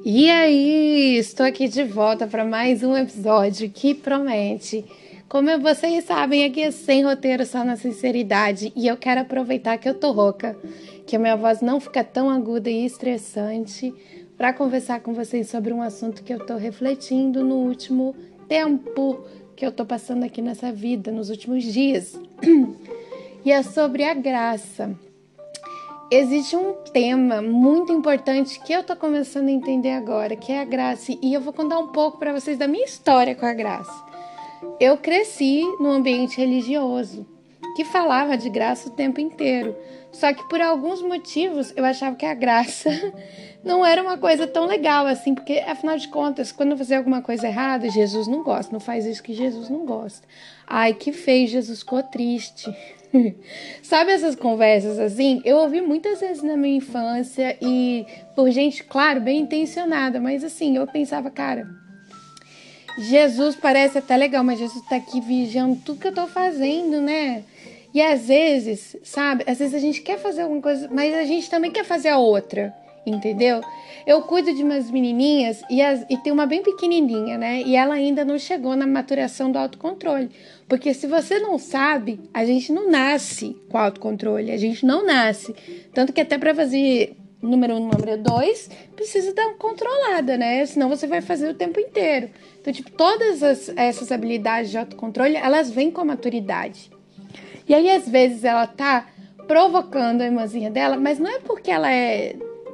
E aí, estou aqui de volta para mais um episódio que promete. Como vocês sabem, aqui é sem roteiro, só na sinceridade. E eu quero aproveitar que eu tô rouca, que a minha voz não fica tão aguda e estressante, para conversar com vocês sobre um assunto que eu tô refletindo no último tempo que eu tô passando aqui nessa vida, nos últimos dias. E é sobre a graça. Existe um tema muito importante que eu tô começando a entender agora, que é a graça. E eu vou contar um pouco para vocês da minha história com a graça. Eu cresci num ambiente religioso que falava de graça o tempo inteiro. Só que por alguns motivos eu achava que a graça não era uma coisa tão legal assim, porque afinal de contas, quando eu fazer alguma coisa errada, Jesus não gosta, não faz isso que Jesus não gosta. Ai, que feio, Jesus ficou triste. Sabe essas conversas assim? Eu ouvi muitas vezes na minha infância e por gente, claro, bem intencionada, mas assim, eu pensava, cara, Jesus parece até legal, mas Jesus tá aqui vigiando tudo que eu tô fazendo, né? E às vezes, sabe? Às vezes a gente quer fazer alguma coisa, mas a gente também quer fazer a outra, entendeu? Eu cuido de umas menininhas e tem uma bem pequenininha, né? E ela ainda não chegou na maturação do autocontrole. Porque se você não sabe, a gente não nasce com autocontrole, a gente não nasce. Tanto que até para fazer número 1, número 2, precisa dar uma controlada, né? Senão você vai fazer o tempo inteiro. Então, tipo, todas essas habilidades de autocontrole, elas vêm com a maturidade. E aí, às vezes, ela tá provocando a irmãzinha dela, mas não é porque ela é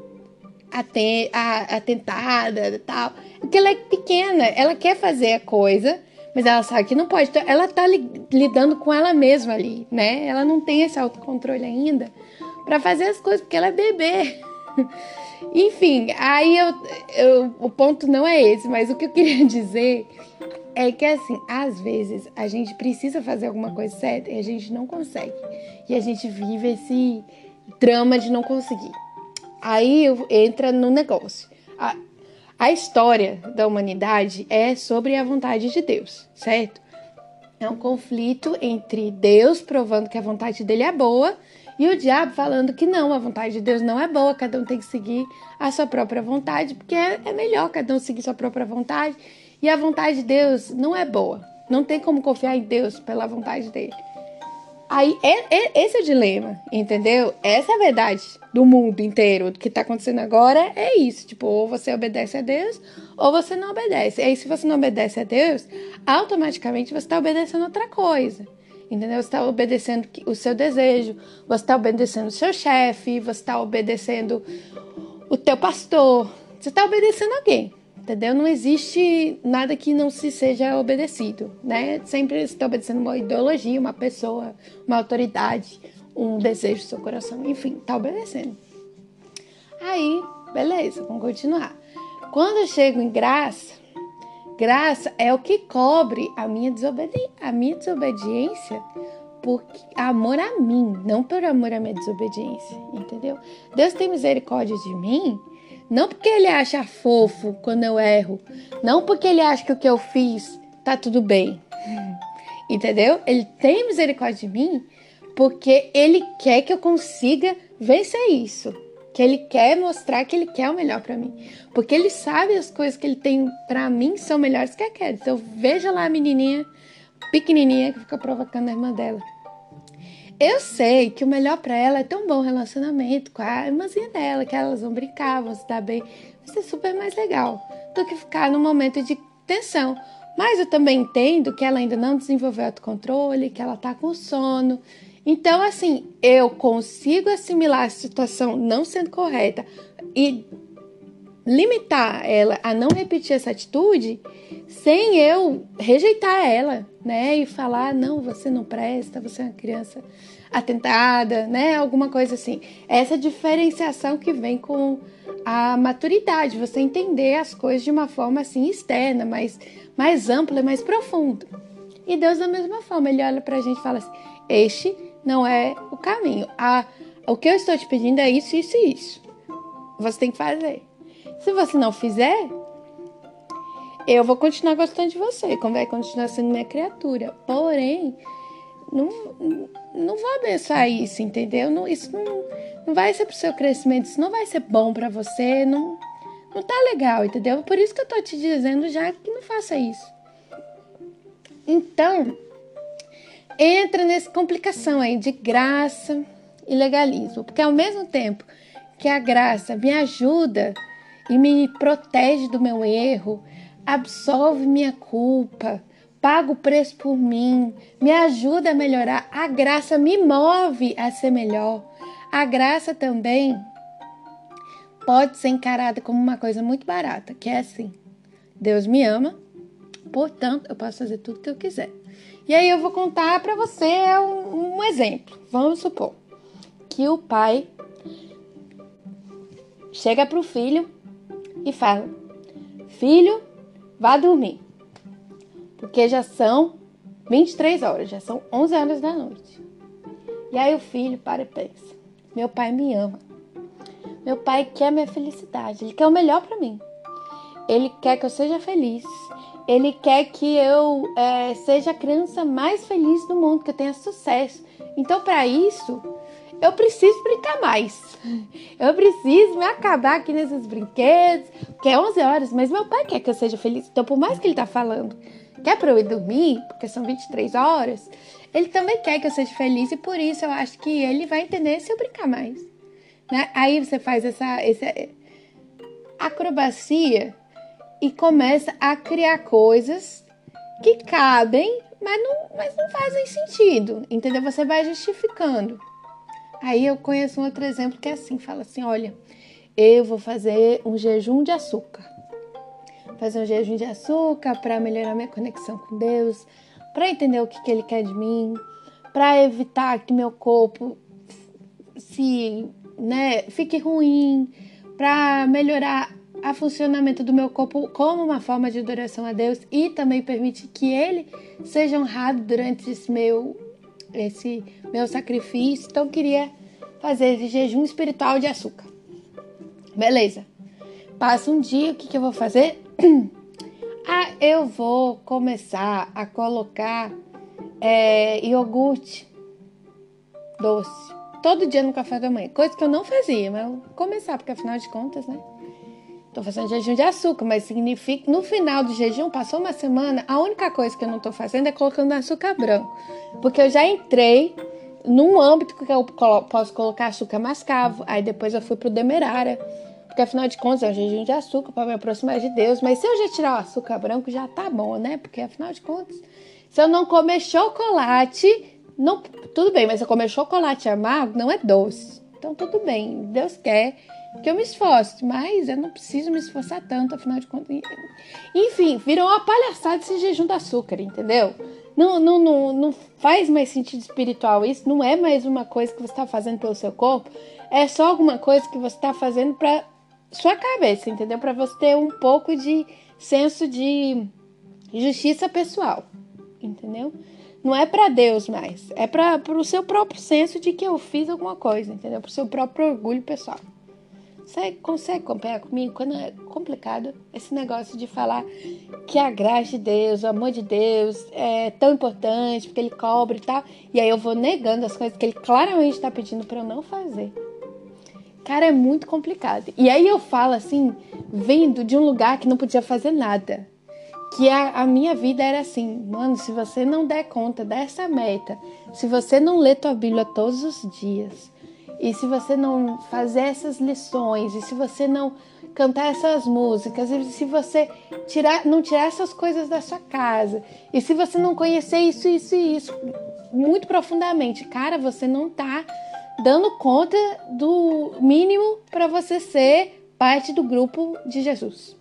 atentada e tal. É porque ela é pequena, ela quer fazer a coisa, mas ela sabe que não pode. Então, ela tá lidando com ela mesma ali, né? Ela não tem esse autocontrole ainda pra fazer as coisas, porque ela é bebê. Enfim, aí o ponto não é esse, mas o que eu queria dizer é que, assim, às vezes a gente precisa fazer alguma coisa certa e a gente não consegue. E a gente vive esse drama de não conseguir. Aí entra no negócio. A história da humanidade é sobre a vontade de Deus, certo? É um conflito entre Deus provando que a vontade dele é boa e o diabo falando que não, a vontade de Deus não é boa, cada um tem que seguir a sua própria vontade, porque é melhor cada um seguir sua própria vontade. E a vontade de Deus não é boa. Não tem como confiar em Deus pela vontade dele. Aí, esse é o dilema, entendeu? Essa é a verdade do mundo inteiro. O que tá acontecendo agora é isso. Tipo, ou você obedece a Deus, ou você não obedece. E aí, se você não obedece a Deus, automaticamente você tá obedecendo outra coisa. Entendeu? Você tá obedecendo o seu desejo, você tá obedecendo o seu chefe, você tá obedecendo o teu pastor. Você tá obedecendo alguém. Entendeu? Não existe nada que não se seja obedecido, né? Sempre você está obedecendo uma ideologia, uma pessoa, uma autoridade, um desejo do seu coração, enfim, está obedecendo. Aí, beleza, vamos continuar. Quando eu chego em graça, graça é o que cobre a minha desobediência por amor a mim, não por amor à minha desobediência, entendeu? Deus tem misericórdia de mim. Não porque ele acha fofo quando eu erro. Não porque ele acha que o que eu fiz tá tudo bem. Entendeu? Ele tem misericórdia de mim porque ele quer que eu consiga vencer isso. Que ele quer mostrar que ele quer o melhor pra mim. Porque ele sabe as coisas que ele tem pra mim são melhores que aquela. Então veja lá a menininha pequenininha que fica provocando a irmã dela. Eu sei que o melhor pra ela é ter um bom relacionamento com a irmãzinha dela, que elas vão brincar, vão se dar bem. Vai ser super mais legal do que ficar num momento de tensão. Mas eu também entendo que ela ainda não desenvolveu autocontrole, que ela tá com sono. Então, assim, eu consigo assimilar a situação não sendo correta e limitar ela a não repetir essa atitude sem eu rejeitar ela, né? E falar, não, você não presta, você é uma criança atentada, né? Alguma coisa assim. Essa diferenciação que vem com a maturidade, você entender as coisas de uma forma assim externa, mais ampla e mais profunda. E Deus da mesma forma, ele olha pra gente e fala assim, este não é o caminho. O que eu estou te pedindo é isso, isso e isso. Você tem que fazer. Se você não fizer, eu vou continuar gostando de você, como vai continuar sendo minha criatura. Porém, não vou abençoar isso, entendeu? Isso não vai ser pro seu crescimento, isso não vai ser bom pra você, não não tá legal, entendeu? Por isso que eu tô te dizendo já que não faça isso. Então, entra nessa complicação aí de graça e legalismo. Porque ao mesmo tempo que a graça me ajuda e me protege do meu erro, absolve minha culpa, paga o preço por mim, me ajuda a melhorar, a graça me move a ser melhor. A graça também pode ser encarada como uma coisa muito barata, que é assim: Deus me ama, portanto eu posso fazer tudo o que eu quiser. E aí eu vou contar para você um exemplo. Vamos supor que o pai chega para o filho e fala: filho, vá dormir, porque já são 23 horas, já são 11 horas da noite. E aí o filho para e pensa: meu pai me ama, meu pai quer minha felicidade, ele quer o melhor para mim, ele quer que eu seja feliz, ele quer que eu seja a criança mais feliz do mundo, que eu tenha sucesso. Então, para isso, eu preciso brincar mais. Eu preciso me acabar aqui nesses brinquedos, porque é 11 horas, mas meu pai quer que eu seja feliz. Então, por mais que ele tá falando que é para eu ir dormir, porque são 23 horas, ele também quer que eu seja feliz e por isso eu acho que ele vai entender se eu brincar mais. Né? Aí você faz essa acrobacia e começa a criar coisas que cabem, mas não fazem sentido, entendeu? Você vai justificando. Aí eu conheço um outro exemplo que é assim, fala assim: olha, eu vou fazer um jejum de açúcar. Fazer um jejum de açúcar para melhorar minha conexão com Deus, para entender o que Ele quer de mim, para evitar que meu corpo fique ruim, para melhorar o funcionamento do meu corpo como uma forma de adoração a Deus e também permitir que Ele seja honrado durante esse meu sacrifício. Então eu queria fazer esse jejum espiritual de açúcar. Beleza. Passa um dia, o que eu vou fazer? Eu vou começar a colocar iogurte doce todo dia no café da manhã. Coisa que eu não fazia, mas eu vou começar, porque afinal de contas, né? Tô fazendo jejum de açúcar, mas significa, no final do jejum, passou uma semana, a única coisa que eu não tô fazendo é colocando açúcar branco. Porque eu já entrei num âmbito que eu posso colocar açúcar mascavo, aí depois eu fui pro demerara, porque afinal de contas é um jejum de açúcar para me aproximar de Deus, mas se eu já tirar o açúcar branco já tá bom, né? Porque afinal de contas, se eu não comer chocolate, não, tudo bem, mas se eu comer chocolate amargo, não é doce. Então tudo bem, Deus quer que eu me esforce, mas eu não preciso me esforçar tanto, afinal de contas. Enfim, virou uma palhaçada esse jejum do açúcar, entendeu? Não faz mais sentido espiritual isso, não é mais uma coisa que você está fazendo pelo seu corpo, é só alguma coisa que você está fazendo para sua cabeça, entendeu? Para você ter um pouco de senso de justiça pessoal, entendeu? Não é para Deus mais, é para o seu próprio senso de que eu fiz alguma coisa, entendeu? Para o seu próprio orgulho pessoal. Você consegue acompanhar comigo quando é complicado esse negócio de falar que a graça de Deus, o amor de Deus é tão importante porque Ele cobra e tal, e aí eu vou negando as coisas que Ele claramente está pedindo para eu não fazer. Cara, é muito complicado. E aí eu falo assim, vindo de um lugar que não podia fazer nada. Que a minha vida era assim: mano, se você não der conta dessa meta, se você não ler tua Bíblia todos os dias, e se você não fazer essas lições, e se você não cantar essas músicas, e se você não tirar essas coisas da sua casa, e se você não conhecer isso muito profundamente, cara, você não tá dando conta do mínimo para você ser parte do grupo de Jesus.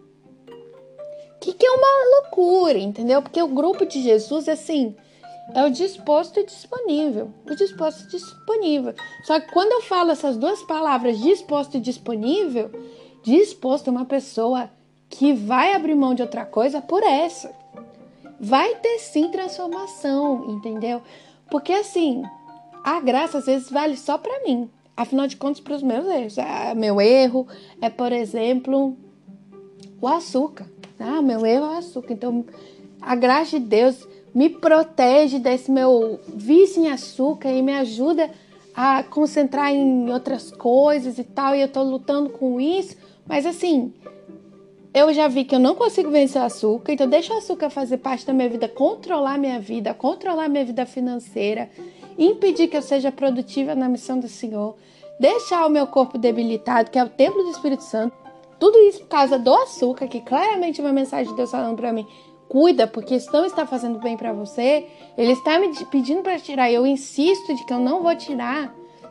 Que é uma loucura, entendeu? Porque o grupo de Jesus, assim, é o disposto e disponível. O disposto e disponível. Só que quando eu falo essas duas palavras, disposto e disponível, disposto é uma pessoa que vai abrir mão de outra coisa por essa. Vai ter sim transformação, entendeu? Porque assim, a graça às vezes vale só pra mim. Afinal de contas, para os meus erros. Meu erro é, por exemplo, o açúcar. Meu erro é o açúcar. Então, a graça de Deus me protege desse meu vício em açúcar e me ajuda a concentrar em outras coisas e tal. E eu tô lutando com isso Mas assim, eu já vi que eu não consigo vencer o açúcar, então deixa o açúcar fazer parte da minha vida, controlar minha vida financeira, impedir que eu seja produtiva na missão do Senhor, deixar o meu corpo debilitado, que é o templo do Espírito Santo. Tudo isso por causa do açúcar, que claramente é uma mensagem de Deus falando para mim: cuida, porque isso não está fazendo bem para você. Ele está me pedindo para tirar, e eu insisto de que eu não vou tirar.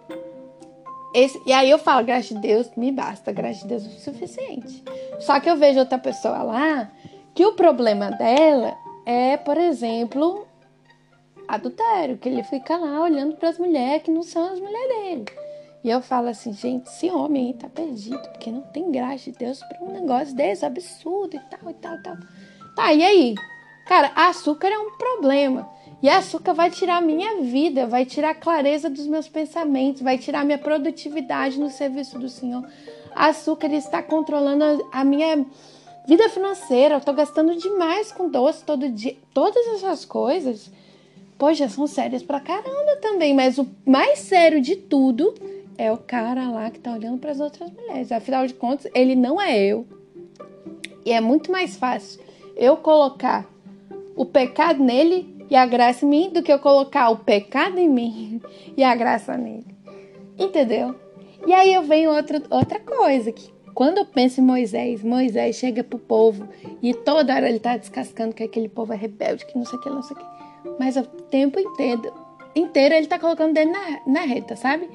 E aí eu falo, graças a Deus, me basta, graças a Deus é o suficiente. Só que eu vejo outra pessoa lá, que o problema dela é, por exemplo, adultério, que ele fica lá olhando para as mulheres que não são as mulheres dele. E eu falo assim, gente, esse homem aí tá perdido, porque não tem graça de Deus para um negócio desse, absurdo e tal, e tal, e tal. Tá, e aí? Cara, açúcar é um problema. E açúcar vai tirar a minha vida, vai tirar a clareza dos meus pensamentos, vai tirar a minha produtividade no serviço do Senhor. Açúcar está controlando a minha vida financeira. Eu tô gastando demais com doce todo dia. Todas essas coisas, poxa, são sérias pra caramba também. Mas o mais sério de tudo é o cara lá que tá olhando para as outras mulheres. Afinal de contas, ele não é eu. E é muito mais fácil eu colocar o pecado nele e a graça em mim do que eu colocar o pecado em mim e a graça nele. Entendeu? E aí eu venho outra coisa, que quando eu penso em Moisés chega pro povo e toda hora ele tá descascando que aquele povo é rebelde, que não sei o que, não sei o que. Mas o tempo inteiro ele tá colocando dele na reta, sabe?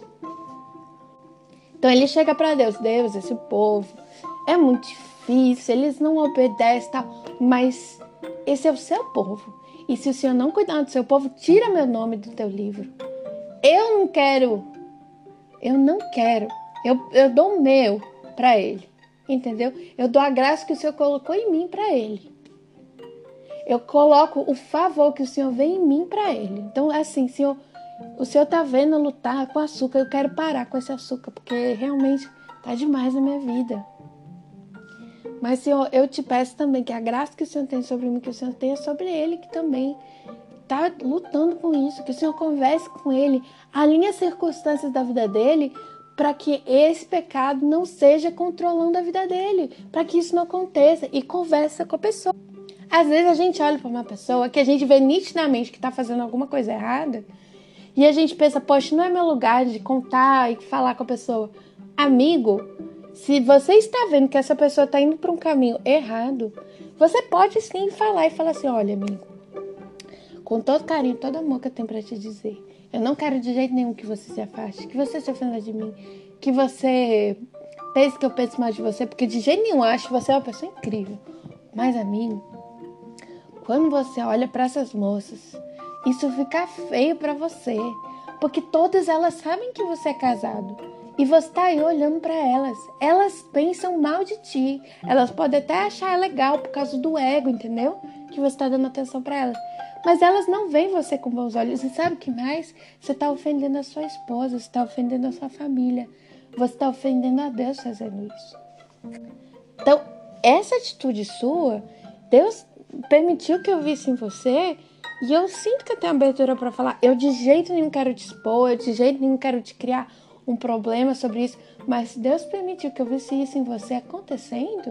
Então ele chega para Deus, esse povo é muito difícil, eles não obedecem e tal, mas esse é o seu povo. E se o Senhor não cuidar do seu povo, tira meu nome do teu livro. Eu não quero. Eu dou o meu para ele, entendeu? Eu dou a graça que o Senhor colocou em mim para ele. Eu coloco o favor que o Senhor vê em mim para ele. Então, assim, Senhor, o Senhor tá vendo eu lutar com açúcar, eu quero parar com esse açúcar, porque realmente tá demais na minha vida. Mas, Senhor, eu te peço também que a graça que o Senhor tem sobre mim, que o Senhor tenha sobre ele, que também está lutando com isso, que o Senhor converse com ele, alinhe as circunstâncias da vida dele, para que esse pecado não seja controlando a vida dele, para que isso não aconteça, e conversa com a pessoa. Às vezes a gente olha para uma pessoa que a gente vê nitidamente que está fazendo alguma coisa errada, e a gente pensa, poxa, não é meu lugar de contar e falar com a pessoa. Amigo, se você está vendo que essa pessoa está indo para um caminho errado, você pode sim falar e falar assim, olha, amigo, com todo carinho, todo amor que eu tenho para te dizer, eu não quero de jeito nenhum que você se afaste, que você se ofenda de mim, que você pense que eu penso mal de você, porque de jeito nenhum eu acho que você é uma pessoa incrível. Mas, amigo, quando você olha para essas moças, isso fica feio para você, porque todas elas sabem que você é casado. E você tá aí olhando para elas. Elas pensam mal de ti. Elas podem até achar legal por causa do ego, entendeu? Que você tá dando atenção para elas. Mas elas não veem você com bons olhos. E sabe o que mais? Você tá ofendendo a sua esposa. Você tá ofendendo a sua família. Você tá ofendendo a Deus fazendo isso. Então, essa atitude sua, Deus permitiu que eu visse em você. E eu sinto que eu tenho abertura para falar. Eu de jeito nenhum quero te expor. Eu de jeito nenhum quero te criar um problema sobre isso, mas se Deus permitiu que eu visse isso em você acontecendo,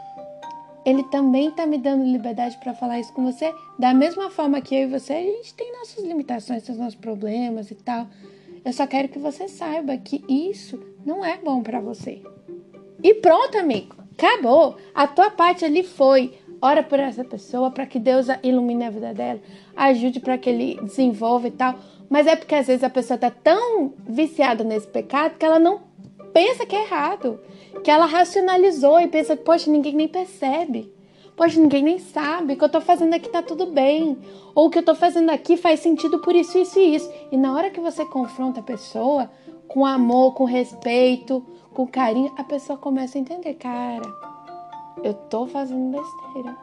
Ele também está me dando liberdade para falar isso com você, da mesma forma que eu e você, a gente tem nossas limitações, tem nossos problemas e tal. Eu só quero que você saiba que isso não é bom para você. E pronto, amigo, acabou. A tua parte ali foi, ora por essa pessoa para que Deus ilumine a vida dela, ajude para que Ele desenvolva e tal. Mas é porque às vezes a pessoa está tão viciada nesse pecado que ela não pensa que é errado. Que ela racionalizou e pensa, poxa, ninguém nem percebe. Poxa, ninguém nem sabe. O que eu estou fazendo aqui está tudo bem. Ou o que eu estou fazendo aqui faz sentido por isso, isso e isso. E na hora que você confronta a pessoa com amor, com respeito, com carinho, a pessoa começa a entender, cara, eu estou fazendo besteira.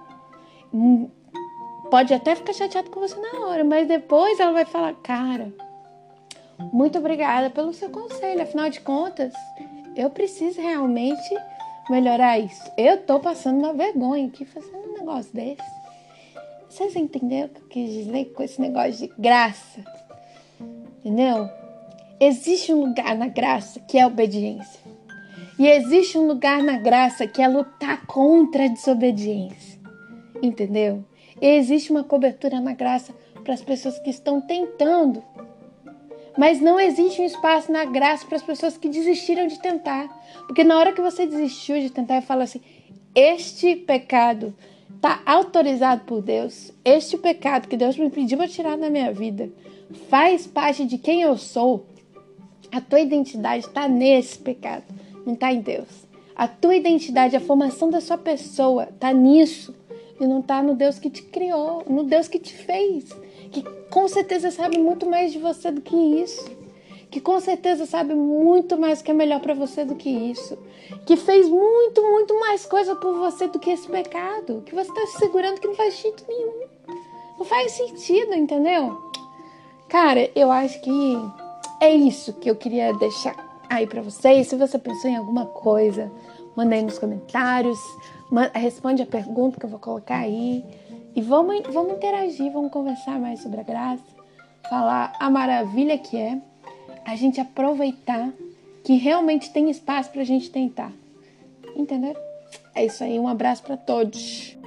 Pode até ficar chateado com você na hora, mas depois ela vai falar, cara, muito obrigada pelo seu conselho, afinal de contas, eu preciso realmente melhorar isso. Eu tô passando uma vergonha aqui fazendo um negócio desse. Vocês entenderam o que eu quis dizer com esse negócio de graça? Entendeu? Existe um lugar na graça que é a obediência. E existe um lugar na graça que é lutar contra a desobediência. Entendeu? E existe uma cobertura na graça para as pessoas que estão tentando. Mas não existe um espaço na graça para as pessoas que desistiram de tentar. Porque na hora que você desistiu de tentar, eu falo assim, este pecado está autorizado por Deus. Este pecado que Deus me pediu para tirar da minha vida faz parte de quem eu sou. A tua identidade está nesse pecado, não está em Deus. A tua identidade, a formação da sua pessoa está nisso. E não está no Deus que te criou, no Deus que te fez. Que com certeza sabe muito mais de você do que isso. Que com certeza sabe muito mais o que é melhor para você do que isso. Que fez muito, muito mais coisa por você do que esse pecado. Que você está se segurando que não faz sentido nenhum. Não faz sentido, entendeu? Cara, eu acho que é isso que eu queria deixar aí pra vocês. Se você pensou em alguma coisa, manda aí nos comentários. Responde a pergunta que eu vou colocar aí. E vamos interagir, vamos conversar mais sobre a graça. Falar a maravilha que é. A gente aproveitar que realmente tem espaço pra gente tentar. Entendeu? É isso aí, um abraço pra todos.